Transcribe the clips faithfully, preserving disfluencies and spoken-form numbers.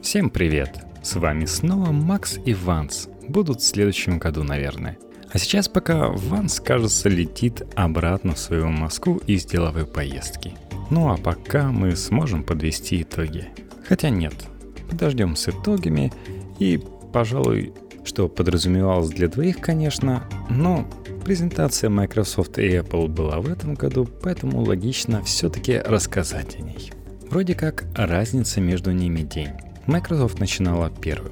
Всем привет! С вами снова Макс и Ванс. Будут в следующем году, наверное. А сейчас пока Ванс, кажется, летит обратно в свою Москву из деловой поездки. Ну а пока мы сможем подвести итоги. Хотя нет, подождем с итогами и, пожалуй, что подразумевалось для двоих, конечно, но презентация Microsoft и Apple была в этом году, поэтому логично все-таки рассказать о ней. Вроде как разница между ними день. Microsoft начинала первым,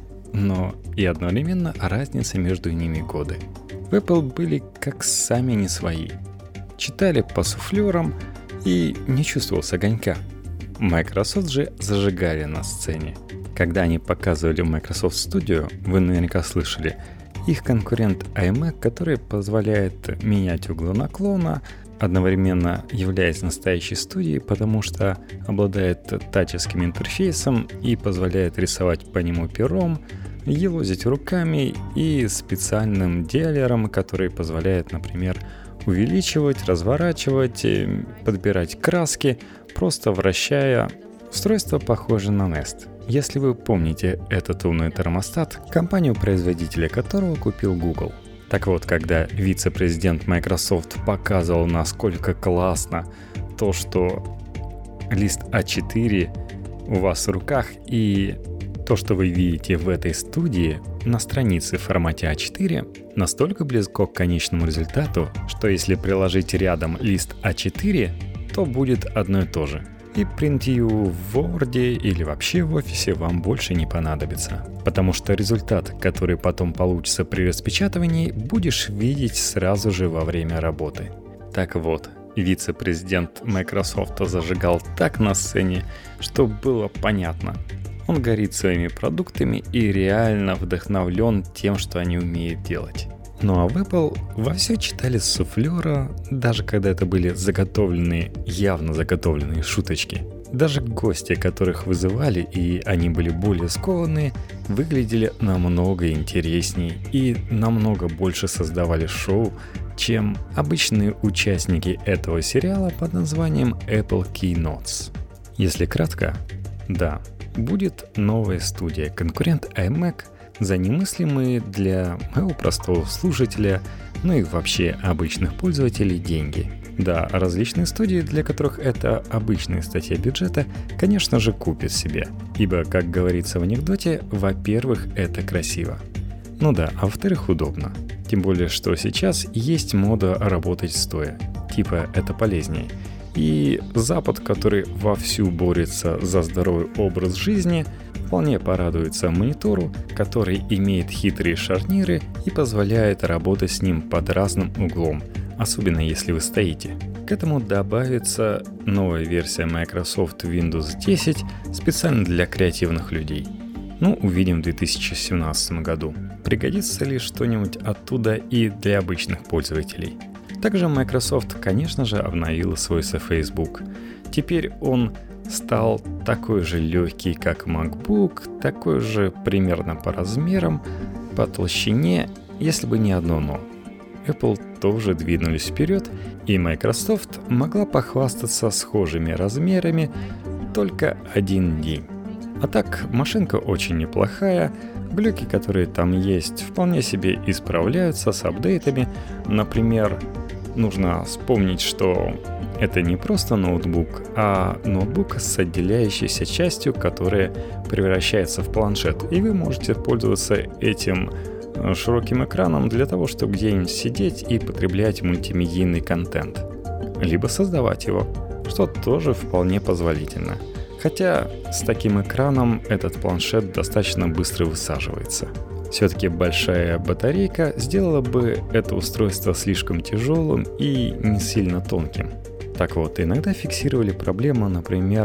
но и одновременно разница между ними годы. В Apple были как сами не свои. Читали по суфлерам и не чувствовался огонька. Microsoft же зажигали на сцене. Когда они показывали Microsoft Studio, вы наверняка слышали, их конкурент iMac, который позволяет менять углы наклона, одновременно являясь настоящей студией, потому что обладает тачевским интерфейсом и позволяет рисовать по нему пером, елозить руками и специальным диалером, который позволяет, например, увеличивать, разворачивать, подбирать краски, просто вращая. Устройство похоже на Nest. Если вы помните этот умный термостат, компанию-производителя которого купил Google. Так вот, когда вице-президент Microsoft показывал, насколько классно то, что лист а четыре у вас в руках и то, что вы видите в этой студии на странице в формате а четыре, настолько близко к конечному результату, что если приложить рядом лист а четыре, то будет одно и то же. И превью в Word или вообще в офисе вам больше не понадобится. Потому что результат, который потом получится при распечатывании, будешь видеть сразу же во время работы. Так вот, вице-президент Microsoft зажигал так на сцене, что было понятно. Он горит своими продуктами и реально вдохновлен тем, что они умеют делать. Ну а в Apple во все читали с суфлера, даже когда это были заготовленные, явно заготовленные шуточки. Даже гости, которых вызывали, и они были более скованные, выглядели намного интереснее и намного больше создавали шоу, чем обычные участники этого сериала под названием Apple Keynotes. Если кратко, да, будет новая студия, конкурент iMac, за немыслимые для моего простого слушателя, ну и вообще обычных пользователей деньги. Да, различные студии, для которых это обычная статья бюджета, конечно же, купят себе. Ибо, как говорится в анекдоте, во-первых, это красиво. Ну да, а во-вторых, удобно. Тем более, что сейчас есть мода работать стоя. Типа это полезнее. И Запад, который вовсю борется за здоровый образ жизни, вполне порадуется монитору, который имеет хитрые шарниры и позволяет работать с ним под разным углом, особенно если вы стоите. К этому добавится новая версия Microsoft Windows десять специально для креативных людей. Ну, увидим в две тысячи семнадцатом году. Пригодится ли что-нибудь оттуда и для обычных пользователей? Также Microsoft, конечно же, обновила свой Facebook. Теперь он стал такой же легкий, как MacBook, такой же примерно по размерам, по толщине, если бы не одно но. Apple тоже двинулись вперед, и Microsoft могла похвастаться схожими размерами только один день. А так, машинка очень неплохая, глюки, которые там есть, вполне себе исправляются с апдейтами. Например, нужно вспомнить, что это не просто ноутбук, а ноутбук с отделяющейся частью, которая превращается в планшет. И вы можете пользоваться этим широким экраном для того, чтобы где-нибудь сидеть и потреблять мультимедийный контент. Либо создавать его, что тоже вполне позволительно. Хотя с таким экраном этот планшет достаточно быстро высаживается. Все-таки большая батарейка сделала бы это устройство слишком тяжелым и не сильно тонким. Так вот, иногда фиксировали проблему, например,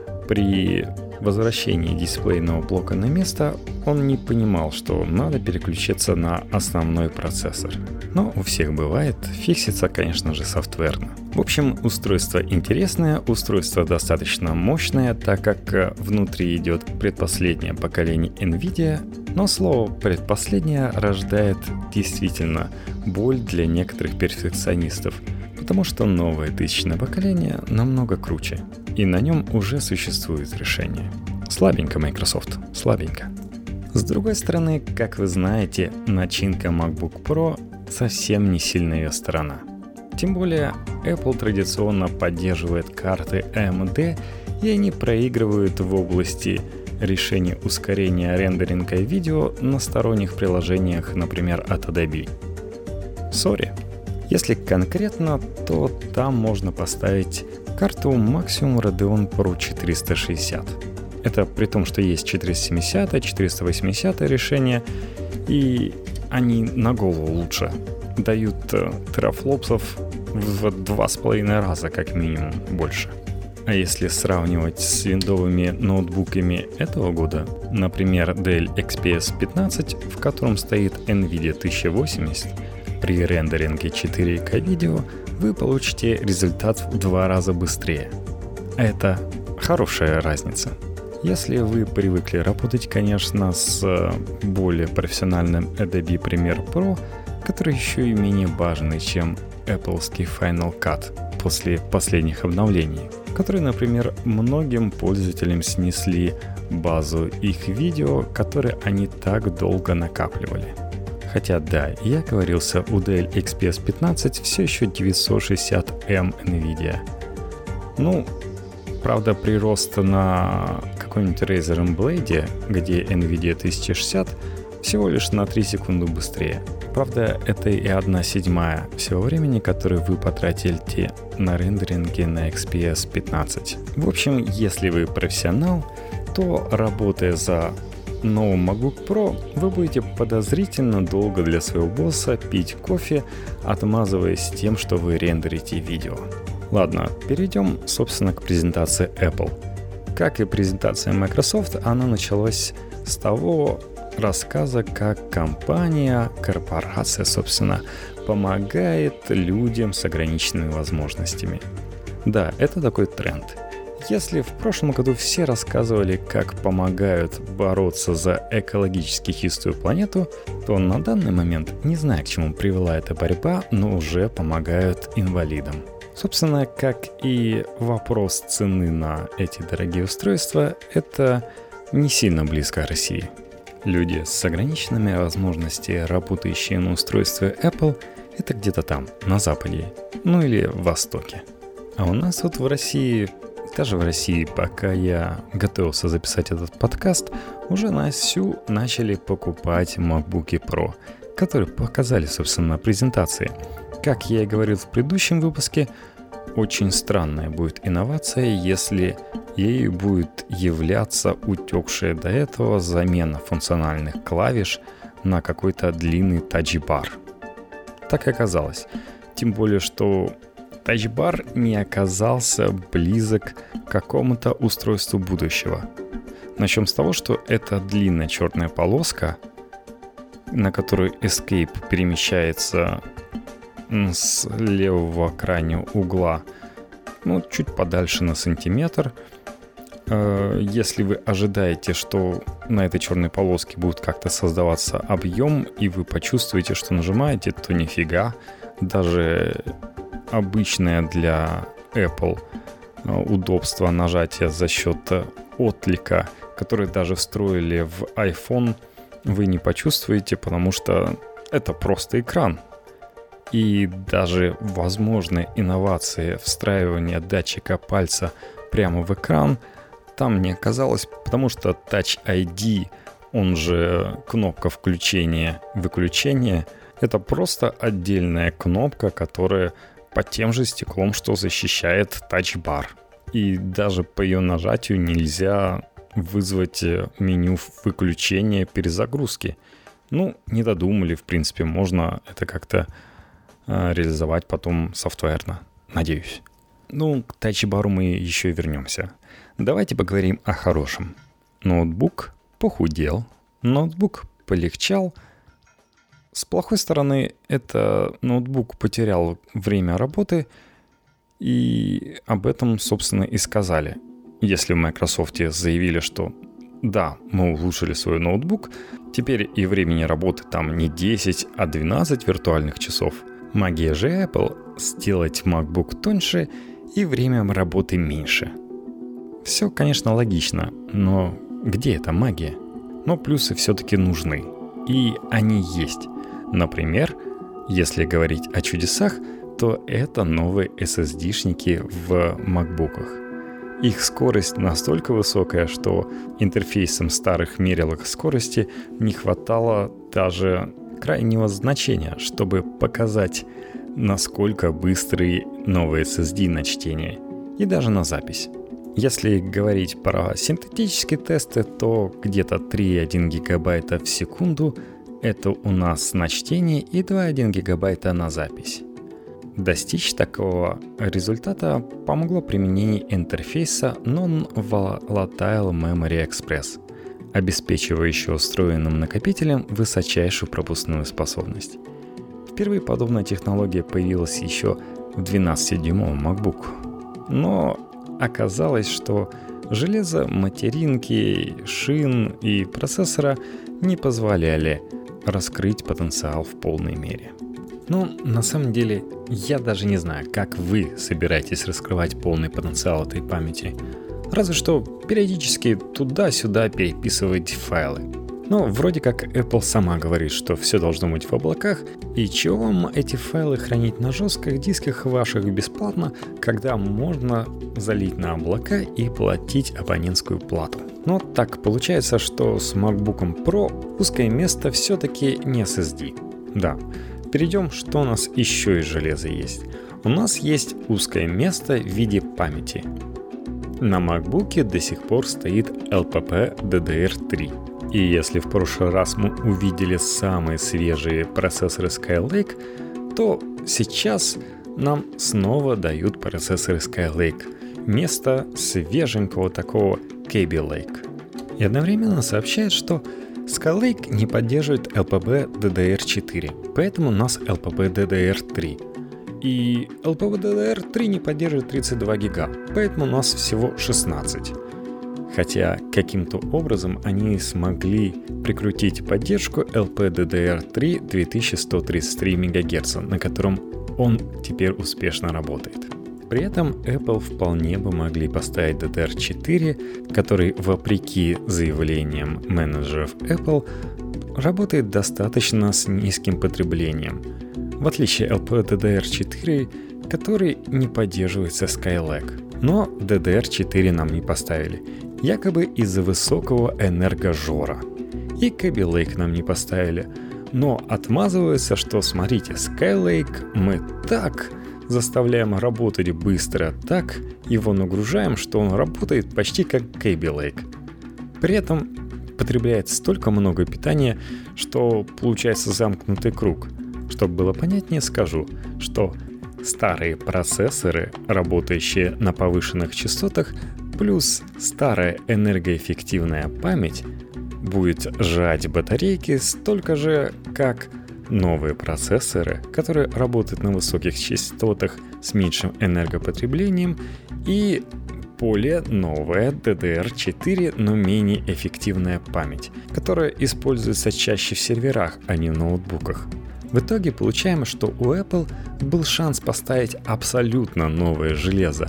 при возвращении дисплейного блока на место он не понимал, что надо переключиться на основной процессор. Но у всех бывает, фиксится, конечно же, софтверно. В общем, устройство интересное, устройство достаточно мощное, так как внутри идет предпоследнее поколение NVIDIA, но слово «предпоследнее» рождает действительно боль для некоторых перфекционистов, потому что новое тысячное поколение намного круче, и на нем уже существует решение. Слабенько Microsoft, слабенько. С другой стороны, как вы знаете, начинка MacBook Pro совсем не сильная ее сторона. Тем более, Apple традиционно поддерживает карты эй эм ди, и они проигрывают в области решения ускорения рендеринга видео на сторонних приложениях, например, от Adobe. Сори. Если конкретно, то там можно поставить карту Maximum Radeon Pro четыреста шестьдесят. Это при том, что есть четыреста семьдесят, четыреста восемьдесят решения, и они на голову лучше. Дают терафлопсов в два с половиной раза, как минимум, больше. А если сравнивать с виндовыми ноутбуками этого года, например, Dell икс пи эс пятнадцать, в котором стоит NVIDIA тысяча восемьдесят, при рендеринге четыре ка видео вы получите результат в два раза быстрее. Это хорошая разница. Если вы привыкли работать, конечно, с более профессиональным Adobe Premiere Pro, который еще и менее важный, чем Apple'ский Final Cut после последних обновлений, которые, например, многим пользователям снесли базу их видео, которые они так долго накапливали. Хотя да, я оговорился, у Dell икс пи эс пятнадцать все еще девятьсот шестьдесят эм NVIDIA. Ну, правда, прирост на каком-нибудь Razer Blade, где NVIDIA тысяча шестьдесят, всего лишь на три секунды быстрее. Правда, это и одна седьмая всего времени, которое вы потратите на рендеринге на икс пи эс пятнадцать. В общем, если вы профессионал, то, работая за новым MacBook Pro, вы будете подозрительно долго для своего босса пить кофе, отмазываясь тем, что вы рендерите видео. Ладно, перейдем, собственно, к презентации Apple. Как и презентация Microsoft, она началась с того рассказа, как компания, корпорация, собственно, помогает людям с ограниченными возможностями. Да, это такой тренд. Если в прошлом году все рассказывали, как помогают бороться за экологически чистую планету, то на данный момент, не знаю, к чему привела эта борьба, но уже помогают инвалидам. Собственно, как и вопрос цены на эти дорогие устройства, это не сильно близко к России. Люди с ограниченными возможностями, работающие на устройстве Apple, это где-то там, на Западе, ну или в Востоке. А у нас вот в России, даже в России, пока я готовился записать этот подкаст, уже на всю начали покупать MacBook Pro, которые показали, собственно, на презентации. Как я и говорил в предыдущем выпуске, очень странная будет инновация, если ею будет являться утекшая до этого замена функциональных клавиш на какой-то длинный тачбар. Так и оказалось. Тем более, что тачбар не оказался близок к какому-то устройству будущего. Начнем с того, что это длинная черная полоска, на которой Escape перемещается с левого крайнего угла, ну, чуть подальше на сантиметр. Если вы ожидаете, что на этой черной полоске будет как-то создаваться объем, и вы почувствуете, что нажимаете, то нифига. Даже обычное для Apple удобство нажатия за счет отклика, который даже встроили в iPhone, вы не почувствуете, потому что это просто экран. И даже возможные инновации встраивания датчика пальца прямо в экран там не оказалось, потому что Touch ай ди, он же кнопка включения-выключения, это просто отдельная кнопка, которая под тем же стеклом, что защищает тачбар. И даже по ее нажатию нельзя вызвать меню выключения перезагрузки. Ну, не додумали, в принципе, можно это как-то реализовать потом софтверно, надеюсь. Ну, к тачбару мы еще и вернемся. Давайте поговорим о хорошем. Ноутбук похудел, ноутбук полегчал. С плохой стороны, это ноутбук потерял время работы, и об этом, собственно, и сказали. Если в Microsoft заявили, что да, мы улучшили свой ноутбук, теперь и времени работы там не десять, а двенадцать виртуальных часов. Магия же Apple – сделать MacBook тоньше и время работы меньше. Все, конечно, логично, но где эта магия? Но плюсы все-таки нужны. И они есть. Например, если говорить о чудесах, то это новые эс эс ди-шники в макбуках. Их скорость настолько высокая, что интерфейсам старых мерилок скорости не хватало даже крайнего значения, чтобы показать, насколько быстрые новые эс эс ди на чтение и даже на запись. Если говорить про синтетические тесты, то где-то три и одна гигабайта в секунду — это у нас на чтение и два и одна гигабайта на запись. Достичь такого результата помогло применение интерфейса Non-Volatile Memory Express, обеспечивающего встроенным накопителем высочайшую пропускную способность. Впервые подобная технология появилась еще в двенадцатидюймовом MacBook, но оказалось, что железо материнки, шин и процессора не позволяли раскрыть потенциал в полной мере. Но на самом деле я даже не знаю, как вы собираетесь раскрывать полный потенциал этой памяти. Разве что периодически туда-сюда переписывать файлы. Но вроде как Apple сама говорит, что все должно быть в облаках, и чего вам эти файлы хранить на жестких дисках ваших бесплатно, когда можно залить на облака и платить абонентскую плату. Но так получается, что с MacBook Pro узкое место все-таки не эс эс ди. Да. Перейдем, что у нас еще из железа есть. У нас есть узкое место в виде памяти. На MacBook до сих пор стоит эл пи пи ди ди ар три. И если в прошлый раз мы увидели самые свежие процессоры Skylake, то сейчас нам снова дают процессоры Skylake вместо свеженького такого Kaby Lake. И одновременно сообщают, что Skylake не поддерживает эл пи пи ди ди ар четыре, поэтому у нас эл пи пи ди ди ар три. И эл пи пи ди ди ар три не поддерживает тридцать два гига, поэтому у нас всего шестнадцать. Хотя каким-то образом они смогли прикрутить поддержку эл пи ди ди ар три две тысячи сто тридцать три мегагерца, на котором он теперь успешно работает. При этом Apple вполне бы могли поставить ди ди ар четыре, который, вопреки заявлениям менеджеров Apple, работает достаточно с низким потреблением, в отличие от эл пи ди ди ар четыре, который не поддерживается Skylake. Но ди ди ар четыре нам не поставили, якобы из-за высокого энергожора. И Kaby Lake нам не поставили. Но отмазывается, что, смотрите, Skylake мы так заставляем работать быстро, так его нагружаем, что он работает почти как Kaby Lake. При этом потребляет столько много питания, что получается замкнутый круг. Чтобы было понятнее, скажу, что старые процессоры, работающие на повышенных частотах, плюс старая энергоэффективная память будет жрать батарейки столько же, как новые процессоры, которые работают на высоких частотах с меньшим энергопотреблением, и более новая ди ди ар четыре, но менее эффективная память, которая используется чаще в серверах, а не в ноутбуках. В итоге получаем, что у Apple был шанс поставить абсолютно новое железо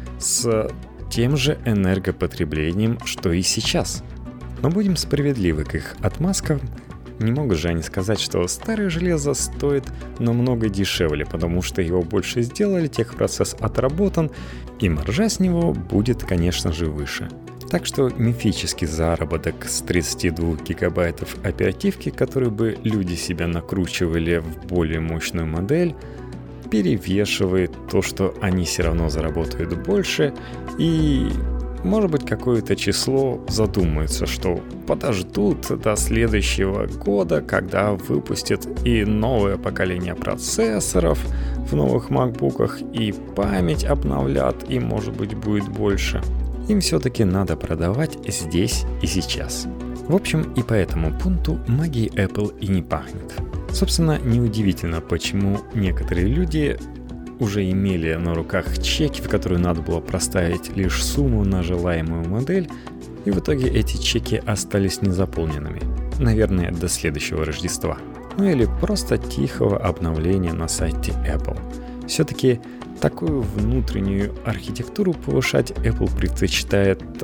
с тем же энергопотреблением, что и сейчас. Но будем справедливы к их отмазкам. Не могут же они сказать, что старое железо стоит намного дешевле, потому что его больше сделали, техпроцесс отработан, и маржа с него будет, конечно же, выше. Так что мифический заработок с тридцати двух гигабайтов оперативки, который бы люди себя накручивали в более мощную модель, перевешивает то, что они все равно заработают больше, и, может быть, какое-то число задумается, что подождут до следующего года, когда выпустят и новое поколение процессоров в новых макбуках, и память обновлят, и, может быть, будет больше. Им все-таки надо продавать здесь и сейчас. В общем, и по этому пункту магией Apple и не пахнет. Собственно, неудивительно, почему некоторые люди уже имели на руках чеки, в которые надо было проставить лишь сумму на желаемую модель, и в итоге эти чеки остались незаполненными. Наверное, до следующего Рождества. Ну или просто тихого обновления на сайте Apple. Все-таки такую внутреннюю архитектуру повышать Apple предпочитает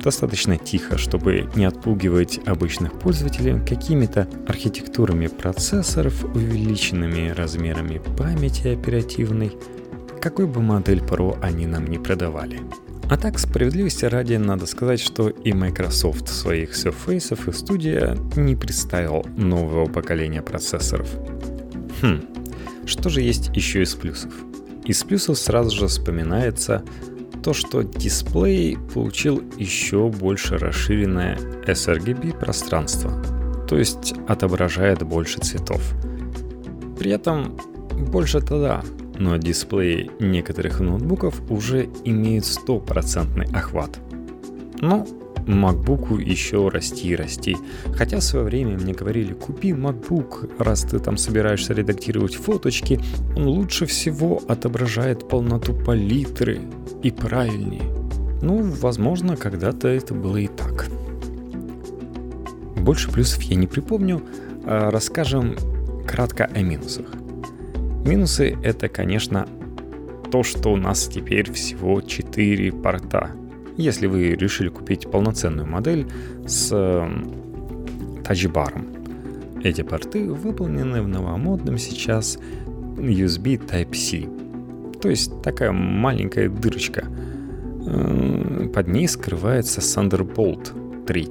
достаточно тихо, чтобы не отпугивать обычных пользователей какими-то архитектурами процессоров, увеличенными размерами памяти оперативной, какой бы модель Pro они нам не продавали. А так, справедливости ради, надо сказать, что и Microsoft своих Surface и Studio не представил нового поколения процессоров. Хм, что же есть еще из плюсов? Из плюсов сразу же вспоминается то, что дисплей получил еще больше расширенное эс эр джи би пространство, то есть отображает больше цветов. При этом больше-то да, но дисплеи некоторых ноутбуков уже имеют стопроцентный охват. Но MacBook'у еще расти и расти. Хотя в свое время мне говорили: купи MacBook, раз ты там собираешься редактировать фоточки, он лучше всего отображает полноту палитры и правильнее. Ну, возможно, когда-то это было и так. Больше плюсов я не припомню, а расскажем кратко о минусах. Минусы — это, конечно, то, что у нас теперь всего четыре порта. Если вы решили купить полноценную модель с тачбаром. Эти порты выполнены в новомодном сейчас ю эс би Type-C. То есть такая маленькая дырочка. Под ней скрывается Thunderbolt три,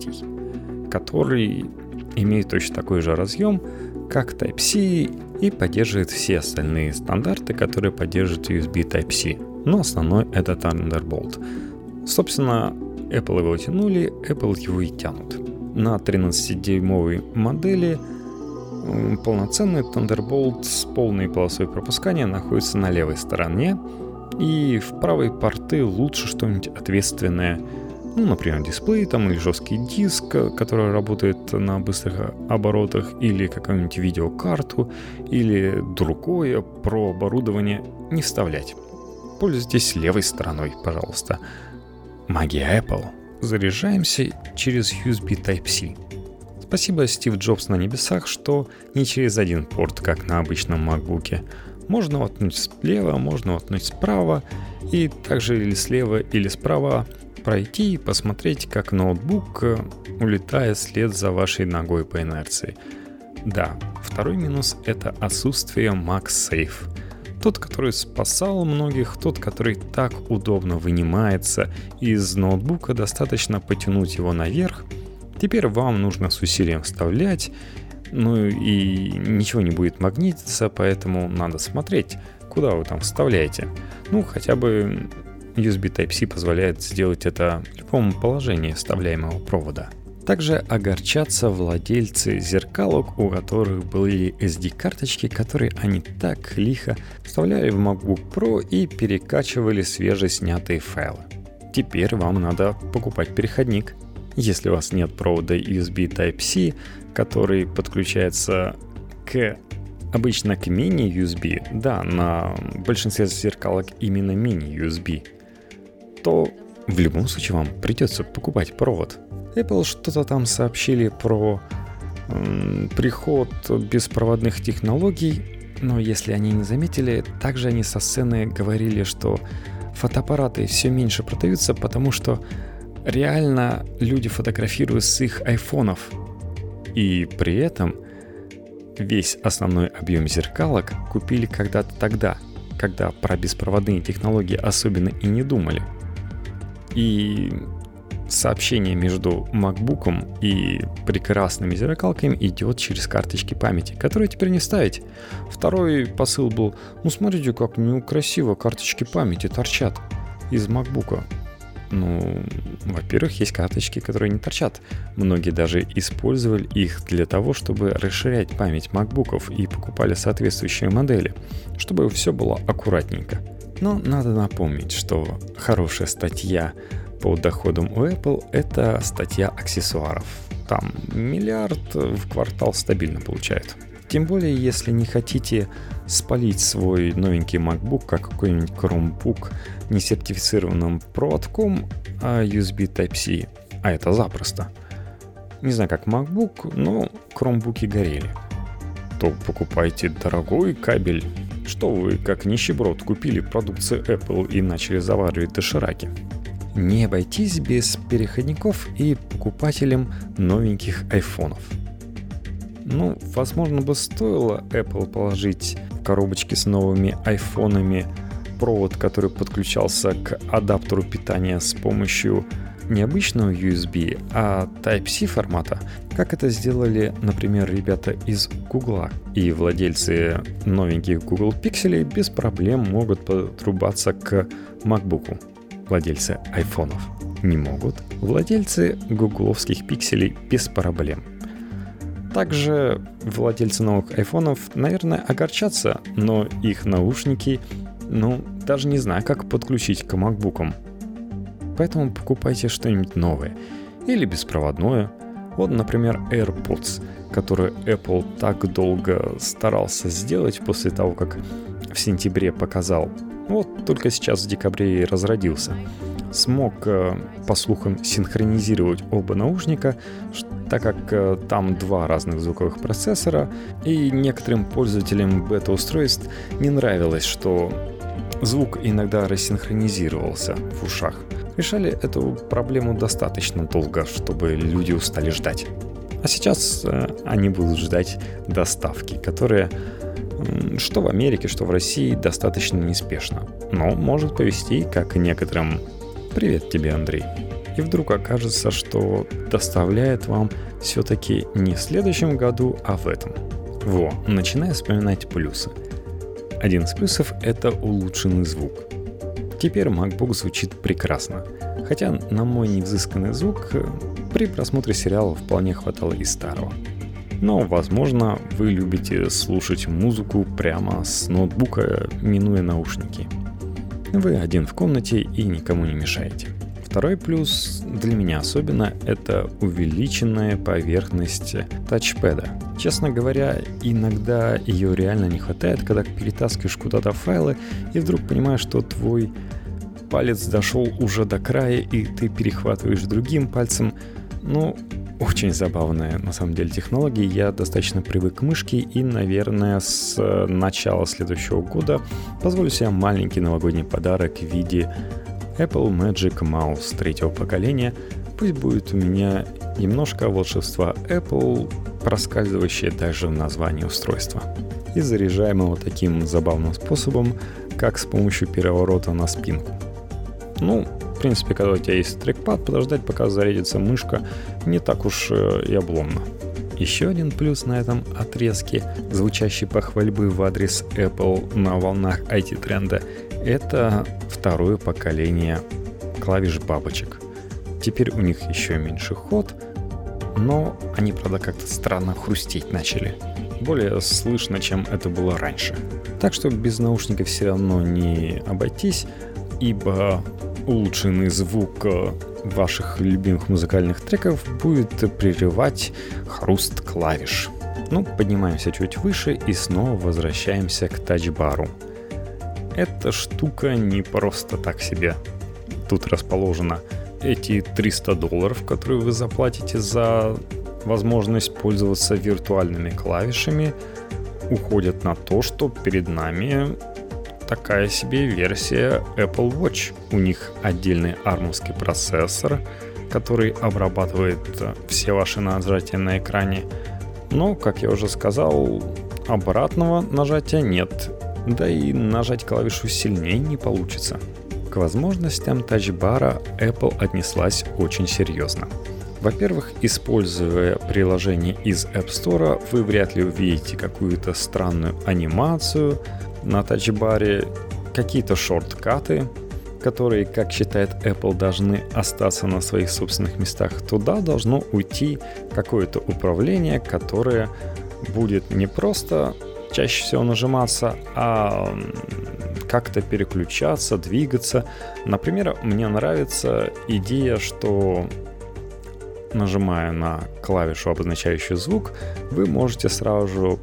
который имеет точно такой же разъем, как Type-C, и поддерживает все остальные стандарты, которые поддерживают ю эс би Type-C. Но основной — это Thunderbolt. Собственно, Apple его тянули, Apple его и тянут. На тринадцатидюймовой модели полноценный Thunderbolt с полной полосой пропускания находится на левой стороне, и в правой порты лучше что-нибудь ответственное, ну, например, дисплей там, или жесткий диск, который работает на быстрых оборотах, или какую-нибудь видеокарту, или другое про оборудование не вставлять. Пользуйтесь левой стороной, пожалуйста. Магия Apple. Заряжаемся через ю эс би Type-C. Спасибо, Стив Джобс на небесах, что не через один порт, как на обычном MacBook'е. Можно воткнуть слева, можно воткнуть справа, и также или слева, или справа пройти и посмотреть, как ноутбук улетает вслед за вашей ногой по инерции. Да, второй минус — это отсутствие MagSafe. Тот, который спасал многих, тот, который так удобно вынимается из ноутбука, достаточно потянуть его наверх. Теперь вам нужно с усилием вставлять, ну и ничего не будет магнититься, поэтому надо смотреть, куда вы там вставляете. Ну, хотя бы ю эс би Type-C позволяет сделать это в любом положении вставляемого провода. Также огорчатся владельцы зеркалок, у которых были эс ди-карточки, которые они так лихо вставляли в MacBook Pro и перекачивали свежеснятые файлы. Теперь вам надо покупать переходник. Если у вас нет провода ю эс би Type-C, который подключается к обычно к мини-ю эс би, да, на большинстве зеркалок именно мини-ю эс би, то в любом случае вам придется покупать провод. Apple что-то там сообщили про м, приход беспроводных технологий, но если они не заметили, также они со сцены говорили, что фотоаппараты все меньше продаются, потому что реально люди фотографируют с их айфонов. И при этом весь основной объем зеркалок купили когда-то тогда, когда про беспроводные технологии особенно и не думали. И сообщение между MacBook'ом и прекрасными зеркалками идет через карточки памяти, которые теперь не ставить. Второй посыл был: ну смотрите, как некрасиво карточки памяти торчат из MacBook'а. Ну, во-первых, есть карточки, которые не торчат. Многие даже использовали их для того, чтобы расширять память MacBook'ов и покупали соответствующие модели, чтобы все было аккуратненько. Но надо напомнить, что хорошая статья по доходам у Apple — это статья аксессуаров. Там миллиард в квартал стабильно получают. Тем более, если не хотите спалить свой новенький MacBook, как какой-нибудь Chromebook несертифицированным проводком, а ю эс би Type-C, а это запросто. Не знаю, как MacBook, но Chromebook'и горели. То покупайте дорогой кабель. Что вы, как нищеброд, купили продукцию Apple и начали заваривать дошираки? не обойтись без переходников и покупателям новеньких айфонов. Ну, возможно бы стоило Apple положить в коробочки с новыми айфонами провод, который подключался к адаптеру питания с помощью не обычного ю эс би, а Type-C формата, как это сделали, например, ребята из Google. И владельцы новеньких Google Pixel без проблем могут подрубаться к MacBook. Владельцы айфонов не могут. Владельцы гугловских пикселей без проблем. Также владельцы новых айфонов, наверное, огорчатся, но их наушники, ну, даже не знаю, как подключить к MacBook'ам. Поэтому покупайте что-нибудь новое или беспроводное. Вот, например, AirPods, которые Apple так долго старался сделать после того, как в сентябре показал. Вот только сейчас в декабре и разродился. Смог, по слухам, синхронизировать оба наушника, так как там два разных звуковых процессора, и некоторым пользователям бета-устройств не нравилось, что звук иногда рассинхронизировался в ушах. Решали эту проблему достаточно долго, чтобы люди устали ждать. А сейчас э, они будут ждать доставки, которая э, что в Америке, что в России достаточно неспешно. Но может повезти, как и некоторым. Привет тебе, Андрей. И вдруг окажется, что доставляет вам все-таки не в следующем году, а в этом. Во, начинаю вспоминать плюсы. Один из плюсов — это улучшенный звук. Теперь MacBook звучит прекрасно. Хотя на мой невзысканный звук при просмотре сериала вполне хватало и старого. Но, возможно, вы любите слушать музыку прямо с ноутбука, минуя наушники. Вы один в комнате и никому не мешаете. Второй плюс, для меня особенно, это увеличенная поверхность тачпэда. Честно говоря, иногда ее реально не хватает, когда перетаскиваешь куда-то файлы и вдруг понимаешь, что твой палец дошел уже до края, и ты перехватываешь другим пальцем. Ну, очень забавная на самом деле технология. Я достаточно привык к мышке и, наверное, с начала следующего года позволю себе маленький новогодний подарок в виде Apple Magic Mouse третьего поколения. Пусть будет у меня немножко волшебства Apple, проскальзывающее даже в названии устройства. И заряжаемого таким забавным способом, как с помощью переворота на спинку. Ну, в принципе, когда у тебя есть трекпад, подождать, пока зарядится мышка, не так уж и обломно. Еще один плюс на этом отрезке, звучащий похвальбы в адрес Apple на волнах ай ти-тренда, это второе поколение клавиш бабочек. Теперь у них еще меньше ход, но они, правда, как-то странно хрустеть начали. Более слышно, чем это было раньше. Так что без наушников все равно не обойтись, ибо улучшенный звук ваших любимых музыкальных треков будет прерывать хруст клавиш. Ну, поднимаемся чуть выше и снова возвращаемся к тачбару. Эта штука не просто так себе тут расположена. Эти триста долларов, которые вы заплатите за возможность пользоваться виртуальными клавишами, уходят на то, что перед нами такая себе версия Apple Watch. У них отдельный армовский процессор, который обрабатывает все ваши нажатия на экране. Но, как я уже сказал, обратного нажатия нет. Да и нажать клавишу сильнее не получится. К возможностям тачбара Apple отнеслась очень серьезно. Во-первых, используя приложение из App Store, вы вряд ли увидите какую-то странную анимацию на тачбаре, какие-то шорткаты, которые, как считает Apple, должны остаться на своих собственных местах. Туда должно уйти какое-то управление, которое будет не просто чаще всего нажиматься, а как-то переключаться, двигаться. Например, мне нравится идея, что, нажимая на клавишу, обозначающую звук, вы можете сразу же,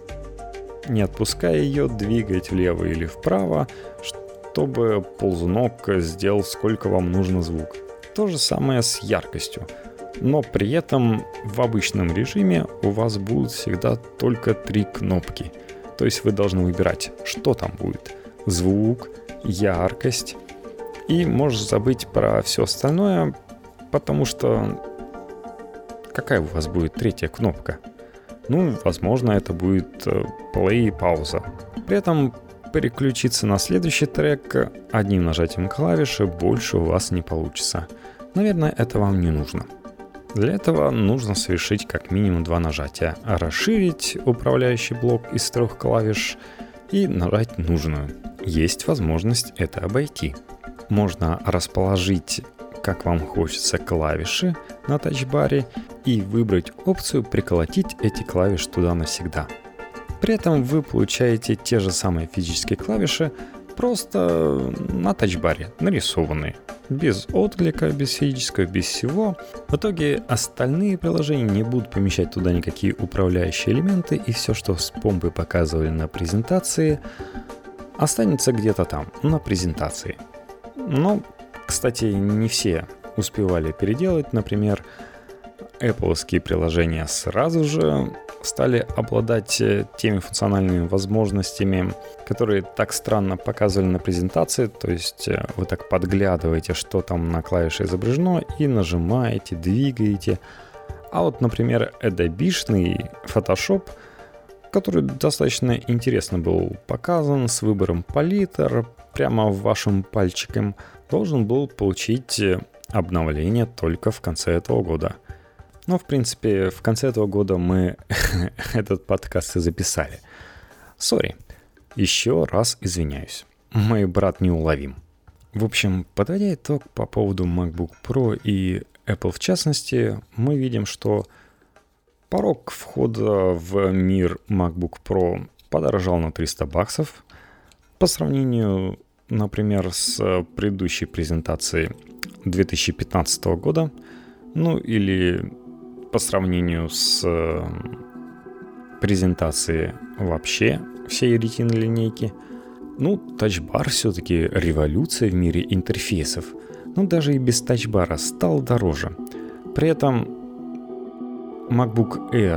не отпуская ее, двигать влево или вправо, чтобы ползунок сделал, сколько вам нужно звук. То же самое с яркостью. Но при этом в обычном режиме у вас будут всегда только три кнопки. То есть вы должны выбирать, что там будет. Звук, яркость И можешь забыть про все остальное, потому что какая у вас будет третья кнопка? Ну, возможно, это будет play и пауза. При этом переключиться на следующий трек одним нажатием клавиши больше у вас не получится. Наверное, это вам не нужно. Для этого нужно совершить как минимум два нажатия. Расширить управляющий блок из трех клавиш и нажать нужную. Есть возможность это обойти. Можно расположить, как вам хочется, клавиши на тачбаре и выбрать опцию «Приколотить эти клавиши туда навсегда». При этом вы получаете те же самые физические клавиши, просто на тачбаре, нарисованные. Без отклика, без физического, без всего. В итоге остальные приложения не будут помещать туда никакие управляющие элементы, и все, что с помпой показывали на презентации, останется где-то там, на презентации. Но, кстати, не все успевали переделать. Например, Apple-овские приложения сразу же стали обладать теми функциональными возможностями, которые так странно показывали на презентации. То есть вы так подглядываете, что там на клавише изображено, и нажимаете, двигаете. А вот, например, Adobe-шный Photoshop, который достаточно интересно был показан, с выбором палитр прямо вашим пальчиком, должен был получить обновление только в конце этого года. Но, в принципе, в конце этого года мы этот подкаст и записали. Сори. Еще раз извиняюсь. Мой брат неуловим. В общем, подводя итог по поводу MacBook Pro и Apple в частности, мы видим, что порог входа в мир MacBook Pro подорожал на триста баксов. По сравнению, например, с предыдущей презентацией две тысячи пятнадцатого года, ну или по сравнению с презентацией вообще всей Retina линейки, ну, тачбар все-таки революция в мире интерфейсов. Но даже и без тачбара стал дороже. При этом MacBook Air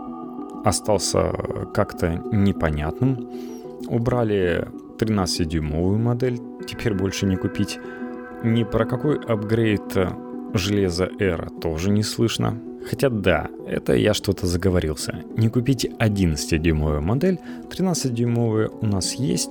остался как-то непонятным. Убрали тринадцатидюймовую модель, теперь больше не купить. Ни про какой апгрейд железа Air тоже не слышно. Хотя да, это я что-то заговорился. Не купите одиннадцатидюймовую модель, тринадцатидюймовая у нас есть,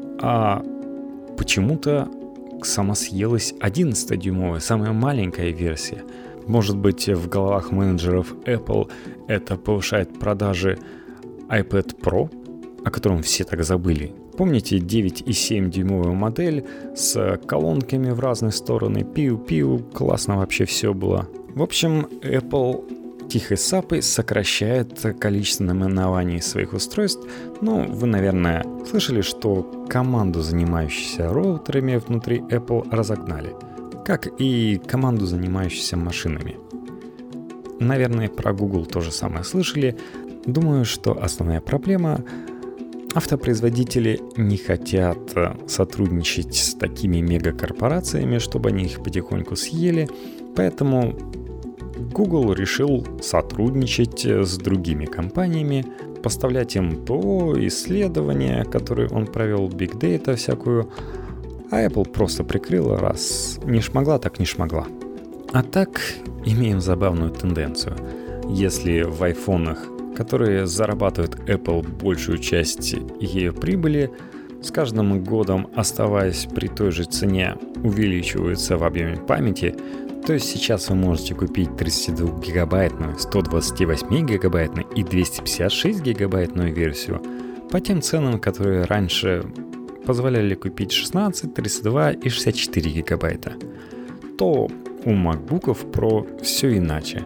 а почему-то самосъелась одиннадцатидюймовая, самая маленькая версия. Может быть, в головах менеджеров Apple это повышает продажи iPad Pro, о котором все так забыли. Помните девять и семь дюймовую модель с колонками в разные стороны, пиу-пиу, классно вообще все было. В общем, Apple тихой сапой сокращает количество наименований своих устройств. Ну, вы, наверное, слышали, что команду, занимающуюся роутерами внутри Apple, разогнали. Как и команду, занимающуюся машинами. Наверное, про Google то же самое слышали. Думаю, что основная проблема — автопроизводители не хотят сотрудничать с такими мегакорпорациями, чтобы они их потихоньку съели. Поэтому Google решил сотрудничать с другими компаниями, поставлять им ПО, исследования, которые он провел, Big Data всякую. А Apple просто прикрыла, раз не шмогла, так не шмогла. А так имеем забавную тенденцию. Если в айфонах, которые зарабатывают Apple большую часть ее прибыли, с каждым годом, оставаясь при той же цене, увеличиваются в объеме памяти, то есть сейчас вы можете купить тридцатидвухгигабайтную, сто двадцать восемь гигабайтную и двести пятьдесят шесть гигабайтную версию по тем ценам, которые раньше позволяли купить шестнадцать, тридцать два и шестьдесят четыре гигабайта, то у MacBook'ов Pro все иначе.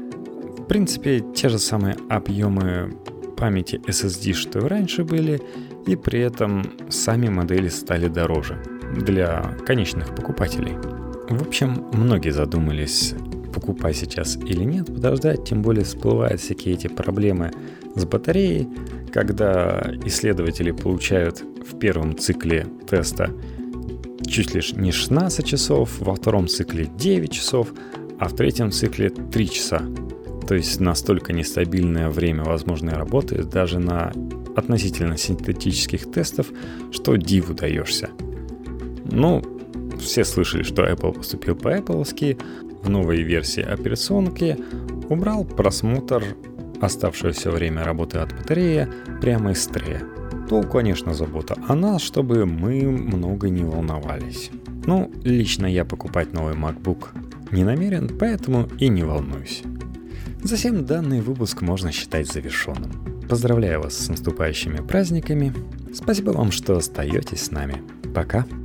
В принципе, те же самые объемы памяти эс эс ди, что и раньше были, и при этом сами модели стали дороже для конечных покупателей. В общем, многие задумались, покупать сейчас или нет, подождать, тем более всплывают всякие эти проблемы с батареей, когда исследователи получают в первом цикле теста чуть ли не шестнадцать часов, во втором цикле девять часов, а в третьем цикле три часа. То есть настолько нестабильное время возможной работы даже на относительно синтетических тестов, что диву даешься. Ну, все слышали, что Apple поступил по-Apple-ски, в новой версии операционки убрал просмотр оставшееся время работы от батареи прямо из трея. То, конечно, забота о нас, чтобы мы много не волновались. Ну, лично я покупать новый MacBook не намерен, поэтому и не волнуюсь. Затем данный выпуск можно считать завершенным. Поздравляю вас с наступающими праздниками. Спасибо вам, что остаетесь с нами. Пока.